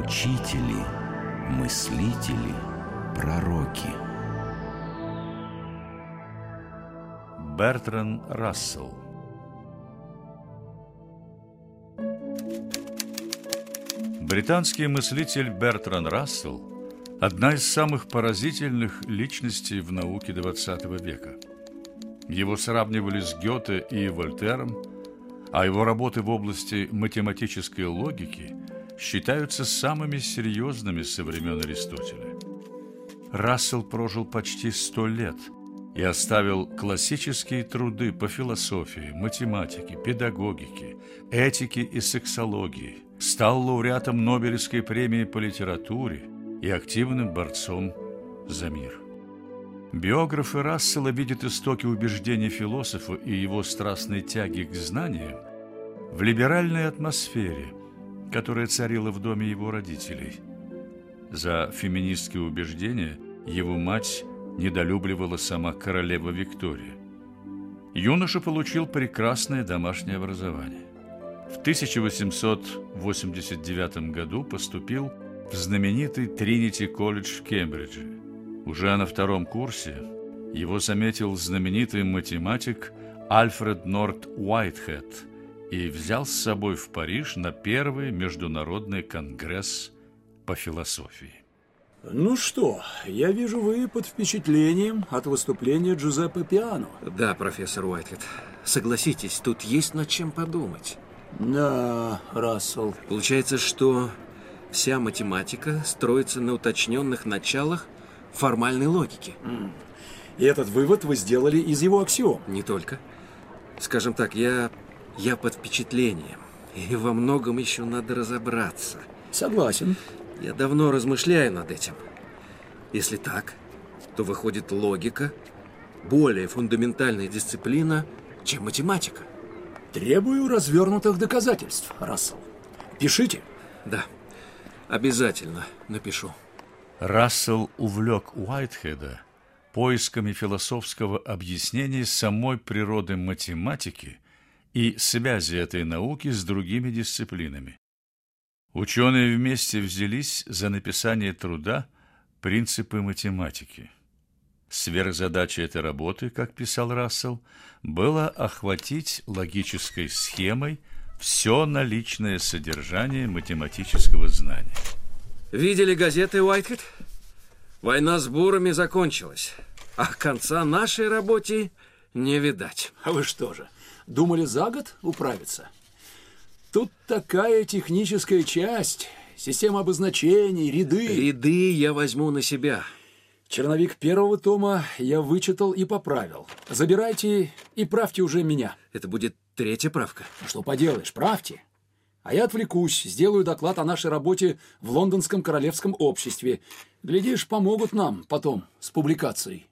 учители, мыслители, пророки. Бертран Рассел. Британский мыслитель Бертран Рассел – одна из самых поразительных личностей в науке XX века. Его сравнивали с Гёте и Вольтером, а его работы в области математической логики считаются самыми серьезными со времен Аристотеля. Рассел прожил почти 100 лет и оставил классические труды по философии, математике, педагогике, этике и сексологии, стал лауреатом Нобелевской премии по литературе и активным борцом за мир. Биографы Рассела видят истоки убеждений философа и его страстной тяги к знаниям в либеральной атмосфере, которая царила в доме его родителей. За феминистские убеждения его мать недолюбливала сама королева Виктория. Юноша получил прекрасное домашнее образование. В 1889 году поступил в знаменитый Тринити-колледж в Кембридже. Уже на втором курсе его заметил знаменитый математик Альфред Норт Уайтхед и взял с собой в Париж на первый международный конгресс по философии. Ну что, я вижу, вы под впечатлением от выступления Джузеппе Пиано. Да, профессор Уайтхед. Согласитесь, тут есть над чем подумать. Да, Рассел. Получается, что вся математика строится на уточненных началах формальной логики. И этот вывод вы сделали из его аксиом. Не только. Скажем так, я под впечатлением. И во многом еще надо разобраться. Согласен. Я давно размышляю над этим. Если так, то выходит логика более фундаментальная дисциплина, чем математика. Требую развернутых доказательств, Рассел. Пишите. Да, обязательно напишу. Рассел увлек Уайтхеда поисками философского объяснения самой природы математики и связи этой науки с другими дисциплинами. Ученые вместе взялись за написание труда «Принципы математики». Сверхзадача этой работы, как писал Рассел, было охватить логической схемой все наличное содержание математического знания. Видели газеты, Уайтхед? Война с бурами закончилась, а конца нашей работе не видать. А вы что же, думали за год управиться? Тут такая техническая часть, система обозначений, ряды. Ряды я возьму на себя. Черновик первого тома я вычитал и поправил. Забирайте и правьте уже меня. Это будет 3-я правка. Что поделаешь, правьте. А я отвлекусь, сделаю доклад о нашей работе в Лондонском королевском обществе. Глядишь, помогут нам потом с публикацией.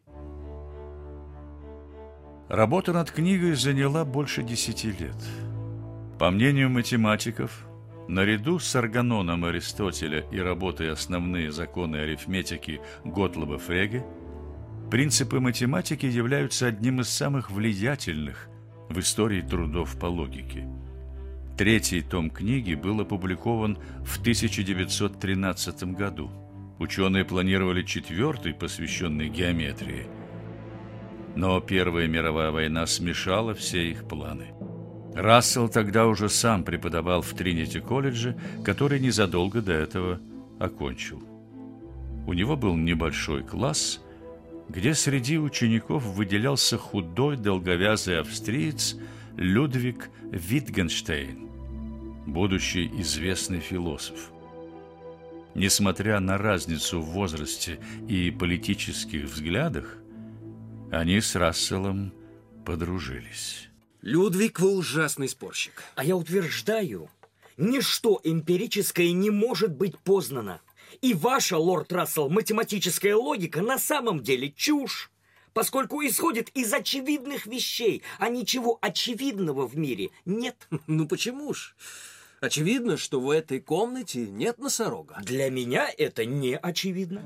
Работа над книгой заняла больше 10 лет. По мнению математиков, наряду с Органоном Аристотеля и работой «Основные законы арифметики» Готлоба Фреге, принципы математики являются одним из самых влиятельных в истории трудов по логике. 3-й том книги был опубликован в 1913 году. Ученые планировали 4-й, посвященный геометрии. Но Первая мировая война смешала все их планы. Рассел тогда уже сам преподавал в Тринити-колледже, который незадолго до этого окончил. У него был небольшой класс, где среди учеников выделялся худой, долговязый австриец Людвиг Витгенштейн, будущий известный философ. Несмотря на разницу в возрасте и политических взглядах, они с Расселом подружились. Людвиг был ужасный спорщик. А я утверждаю, ничто эмпирическое не может быть познано. И ваша, лорд Рассел, математическая логика на самом деле чушь, поскольку исходит из очевидных вещей, а ничего очевидного в мире нет. Ну почему ж? Очевидно, что в этой комнате нет носорога. Для меня это не очевидно.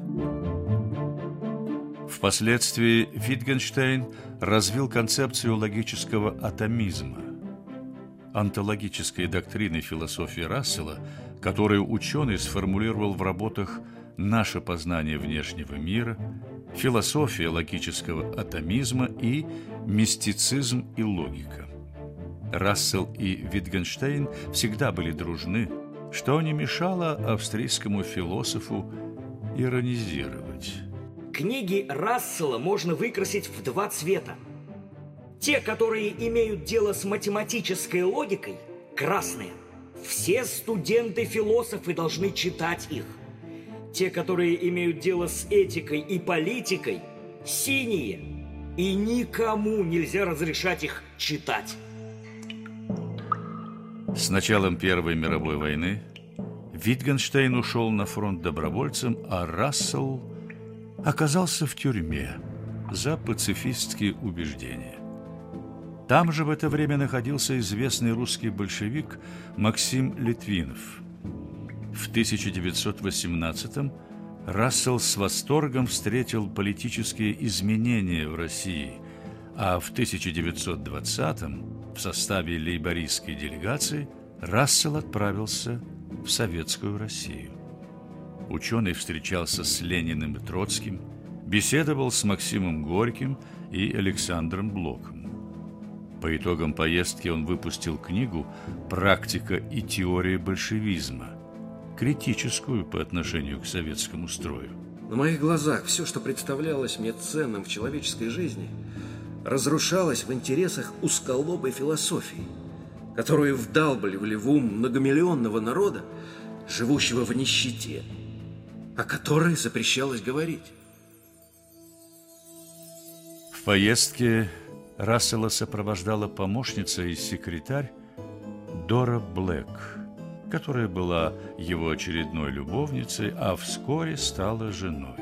Впоследствии Витгенштейн развил концепцию логического атомизма. онтологической доктрины философии Рассела, которую ученый сформулировал в работах «Наше познание внешнего мира», «Философия логического атомизма» и «Мистицизм и логика». Рассел и Витгенштейн всегда были дружны, что не мешало австрийскому философу иронизировать. Книги Рассела можно выкрасить в два цвета. Те, которые имеют дело с математической логикой, красные. Все студенты-философы должны читать их. Те, которые имеют дело с этикой и политикой, синие. И никому нельзя разрешать их читать. С началом Первой мировой войны Витгенштейн ушел на фронт добровольцем, а Рассел оказался в тюрьме за пацифистские убеждения. Там же в это время находился известный русский большевик Максим Литвинов. В 1918-м Рассел с восторгом встретил политические изменения в России, а в 1920-м в составе лейбористской делегации Рассел отправился в Советскую Россию. Ученый встречался с Лениным и Троцким, беседовал с Максимом Горьким и Александром Блоком. По итогам поездки он выпустил книгу «Практика и теория большевизма», критическую по отношению к советскому строю. На моих глазах все, что представлялось мне ценным в человеческой жизни, разрушалось в интересах узколобой философии, которую вдалбливали в ум многомиллионного народа, живущего в нищете, о которой запрещалось говорить. В поездке Рассела сопровождала помощница и секретарь Дора Блэк, которая была его очередной любовницей, а вскоре стала женой.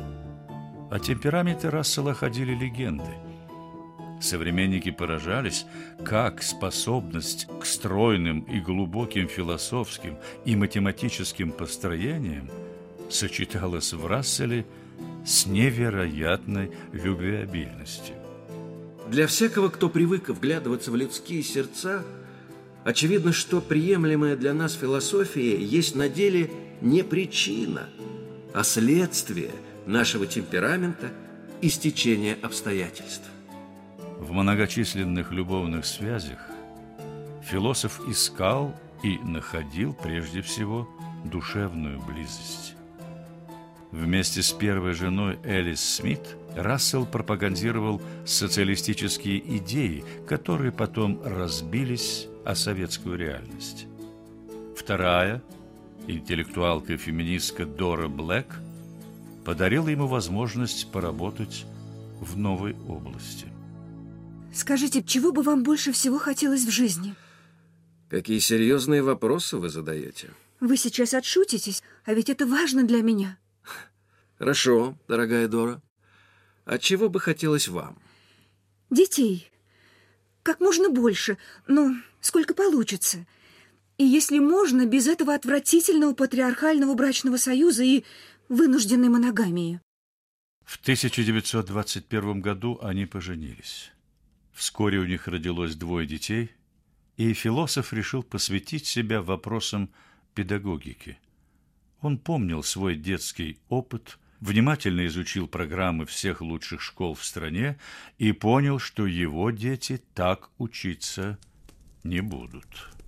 О темпераменте Рассела ходили легенды. Современники поражались, как способность к стройным и глубоким философским и математическим построениям сочеталась в Расселе с невероятной любвеобильностью. Для всякого, кто привык вглядываться в людские сердца, очевидно, что приемлемая для нас философия есть на деле не причина, а следствие нашего темперамента и стечения обстоятельств. В многочисленных любовных связях философ искал и находил прежде всего душевную близость. Вместе с первой женой Элис Смит Рассел пропагандировал социалистические идеи, которые потом разбились о советскую реальность. Вторая, интеллектуалка-феминистка Дора Блэк, подарила ему возможность поработать в новой области. Скажите, чего бы вам больше всего хотелось в жизни? Какие серьезные вопросы вы задаете? Вы сейчас отшутитесь, а ведь это важно для меня. Хорошо, дорогая Дора. А чего бы хотелось вам? Детей. Как можно больше, но сколько получится. И если можно, без этого отвратительного патриархального брачного союза и вынужденной моногамии. В 1921 году они поженились. Вскоре у них родилось 2 детей, и философ решил посвятить себя вопросам педагогики. Он помнил свой детский опыт, внимательно изучил программы всех лучших школ в стране и понял, что его дети так учиться не будут.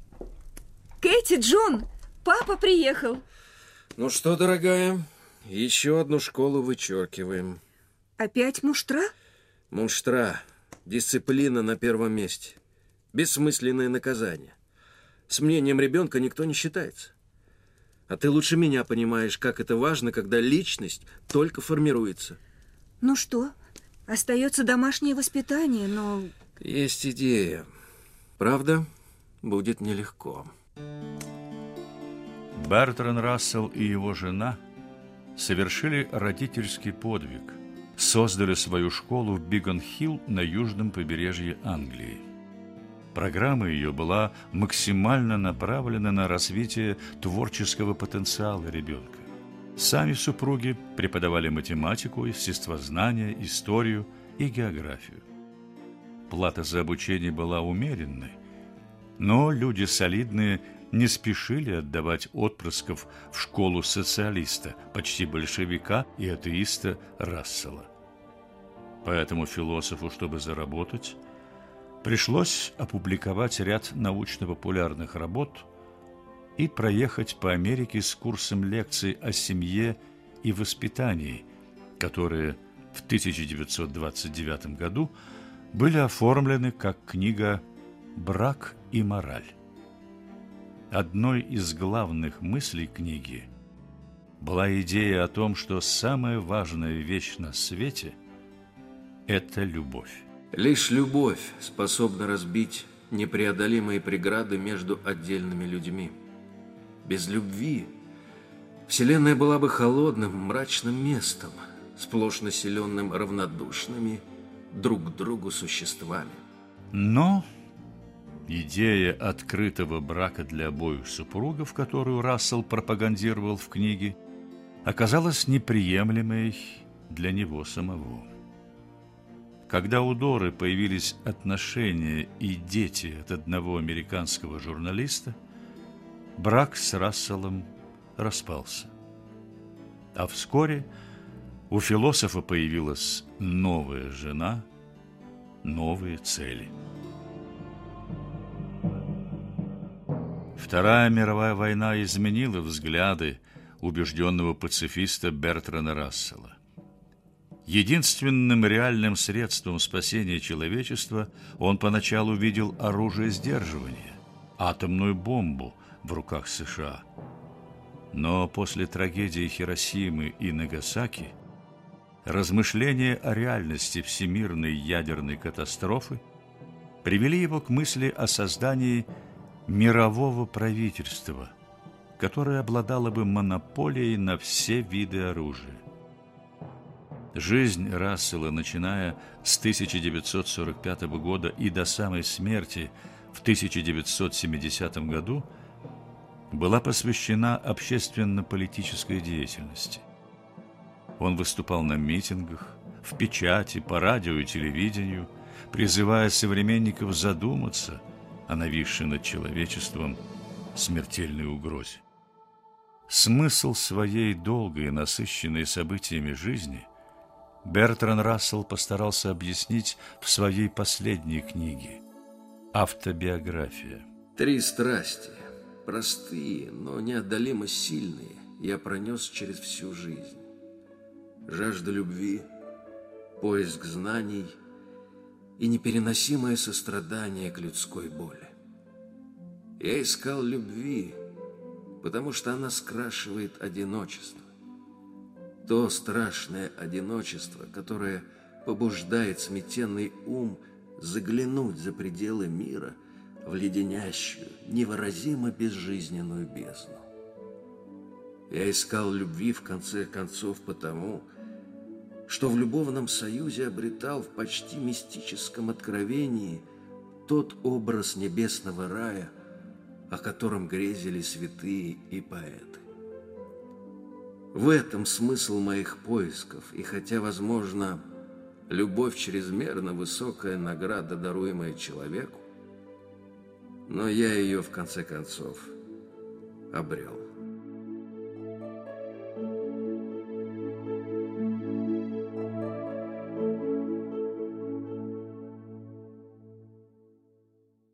Кэти, Джон, папа приехал. Ну что, дорогая, еще одну школу вычеркиваем. Опять муштра? Муштра. Дисциплина на первом месте. Бессмысленное наказание. С мнением ребенка никто не считается. А ты лучше меня понимаешь, как это важно, когда личность только формируется. Ну что, остается домашнее воспитание, но... Есть идея. Правда, будет нелегко. Бертран Рассел и его жена совершили родительский подвиг. Создали свою школу в Бигон-Хилл на южном побережье Англии. Программа ее была максимально направлена на развитие творческого потенциала ребенка. Сами супруги преподавали математику, естествознание, историю и географию. Плата за обучение была умеренной, Но люди солидные не спешили отдавать отпрысков в школу социалиста, почти большевика и атеиста Рассела. Поэтому философу, чтобы заработать, пришлось опубликовать ряд научно-популярных работ и проехать по Америке с курсом лекций о семье и воспитании, которые в 1929 году были оформлены как книга «Брак и мораль». Одной из главных мыслей книги была идея о том, что самая важная вещь на свете – это любовь. Лишь любовь способна разбить непреодолимые преграды между отдельными людьми. Без любви Вселенная была бы холодным, мрачным местом, сплошь населенным равнодушными друг к другу существами. Но идея открытого брака для обоих супругов, которую Рассел пропагандировал в книге, оказалась неприемлемой для него самого. Когда у Доры появились отношения и дети от одного американского журналиста, брак с Расселом распался. А вскоре у философа появилась новая жена, новые цели. Вторая мировая война изменила взгляды убежденного пацифиста Бертрана Рассела. Единственным реальным средством спасения человечества он поначалу видел оружие сдерживания – атомную бомбу в руках США. Но после трагедии Хиросимы и Нагасаки размышления о реальности всемирной ядерной катастрофы привели его к мысли о создании мирового правительства, которое обладало бы монополией на все виды оружия. Жизнь Рассела, начиная с 1945 года и до самой смерти в 1970 году, была посвящена общественно-политической деятельности. Он выступал на митингах, в печати, по радио и телевидению, призывая современников задуматься о нависшей над человечеством смертельной угрозе. Смысл своей долгой и насыщенной событиями жизни Бертран Рассел постарался объяснить в своей последней книге «Автобиография». 3 страсти, простые, но неотдалимо сильные, я пронес через всю жизнь. Жажда любви, поиск знаний и непереносимое сострадание к людской боли. Я искал любви, потому что она скрашивает одиночество. То страшное одиночество, которое побуждает сметенный ум заглянуть за пределы мира в леденящую, невыразимо безжизненную бездну. Я искал любви, в конце концов, потому, что в любовном союзе обретал в почти мистическом откровении тот образ небесного рая, о котором грезили святые и поэты. В этом смысл моих поисков, и хотя, возможно, любовь чрезмерно высокая награда, даруемая человеку, но я ее, в конце концов, обрел.